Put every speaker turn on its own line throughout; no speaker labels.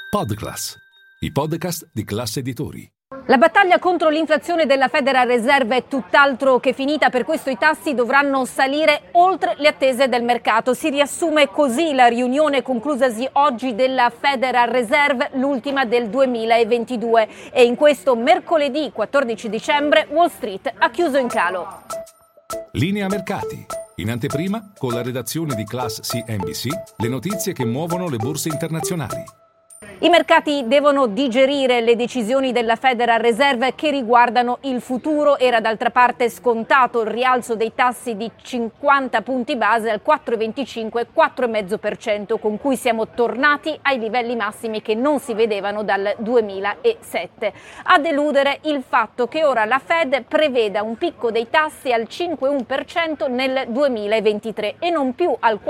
Podclass, i podcast di Class Editori.
La battaglia contro l'inflazione della Federal Reserve è tutt'altro che finita, per questo i tassi dovranno salire oltre le attese del mercato. Si riassume così la riunione conclusasi oggi della Federal Reserve, l'ultima del 2022, e in questo mercoledì 14 dicembre Wall Street ha chiuso in calo.
Linea mercati. In anteprima, con la redazione di Class CNBC, le notizie che muovono le borse internazionali.
I mercati devono digerire le decisioni della Federal Reserve che riguardano il futuro. Era d'altra parte scontato il rialzo dei tassi di 50 punti base al 4,25-4,5%, con cui siamo tornati ai livelli massimi che non si vedevano dal 2007. A deludere il fatto che ora la Fed preveda un picco dei tassi al 5,1% nel 2023 e non più al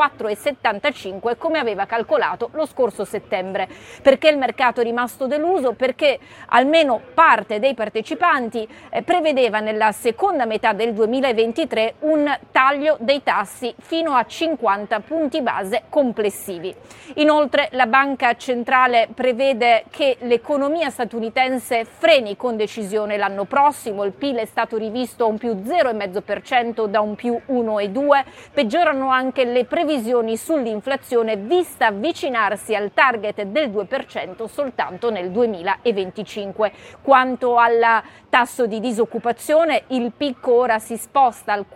4,75% come aveva calcolato lo scorso settembre. Perché il mercato è rimasto deluso? Perché almeno parte dei partecipanti prevedeva nella seconda metà del 2023 un taglio dei tassi fino a 50 punti base complessivi. Inoltre la banca centrale prevede che l'economia statunitense freni con decisione l'anno prossimo. Il PIL è stato rivisto a un più 0,5% da un più 1,2%. Peggiorano anche le previsioni sull'inflazione, vista avvicinarsi al target del 2% soltanto nel 2025. Quanto al tasso di disoccupazione, il picco ora si sposta al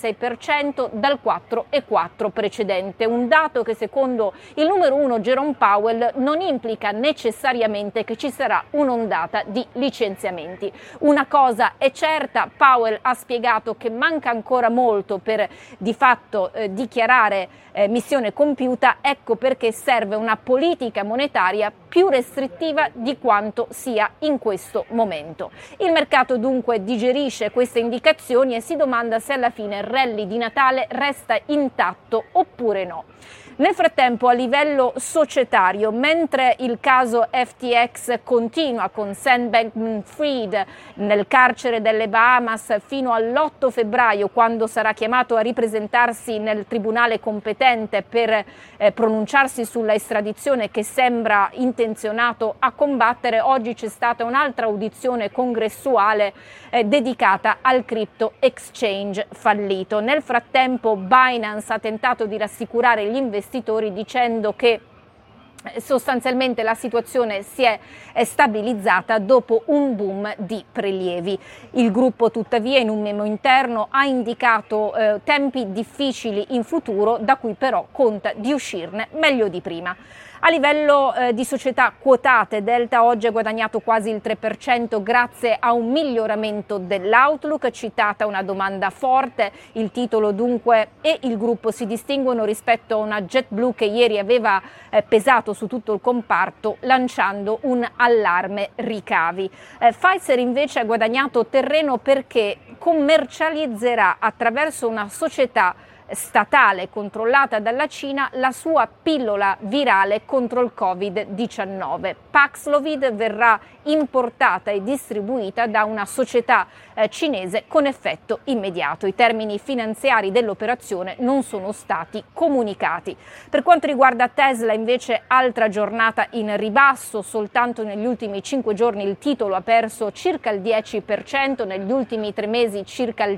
4,6% dal 4,4% precedente, un dato che secondo il numero uno Jerome Powell non implica necessariamente che ci sarà un'ondata di licenziamenti. Una cosa è certa: Powell ha spiegato che manca ancora molto per di fatto dichiarare missione compiuta. Ecco perché serve una politica monetaria più restrittiva di quanto sia in questo momento. Il mercato dunque digerisce queste indicazioni e si domanda se alla fine il rally di Natale resta intatto oppure no. Nel frattempo, a livello societario, mentre il caso FTX continua con Sam Bankman-Fried nel carcere delle Bahamas fino all'8 febbraio, quando sarà chiamato a ripresentarsi nel tribunale competente per pronunciarsi sulla estradizione che sembra intenzionato a combattere, oggi c'è stata un'altra audizione congressuale dedicata al crypto exchange fallito. Nel frattempo Binance ha tentato di rassicurare gli investitori dicendo che sostanzialmente la situazione si è stabilizzata dopo un boom di prelievi. Il gruppo tuttavia in un memo interno ha indicato tempi difficili in futuro, da cui però conta di uscirne meglio di prima. A livello di società quotate, Delta oggi ha guadagnato quasi il 3% grazie a un miglioramento dell'outlook, citata una domanda forte. Il titolo dunque e il gruppo si distinguono rispetto a una JetBlue che ieri aveva pesato su tutto il comparto lanciando un allarme ricavi. Pfizer invece ha guadagnato terreno perché commercializzerà attraverso una società statale controllata dalla Cina la sua pillola virale contro il Covid-19. Paxlovid verrà importata e distribuita da una società cinese con effetto immediato. I termini finanziari dell'operazione non sono stati comunicati. Per quanto riguarda Tesla, invece, altra giornata in ribasso. Soltanto negli ultimi 5 giorni il titolo ha perso circa il 10%, negli ultimi 3 mesi circa il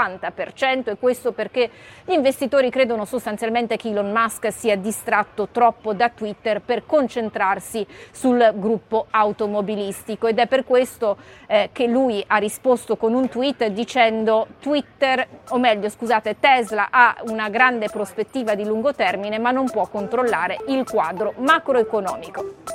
50%, e questo perché gli investitori credono sostanzialmente che Elon Musk sia distratto troppo da Twitter per concentrarsi sul gruppo automobilistico, ed è per questo che lui ha risposto con un tweet dicendo Tesla ha una grande prospettiva di lungo termine ma non può controllare il quadro macroeconomico.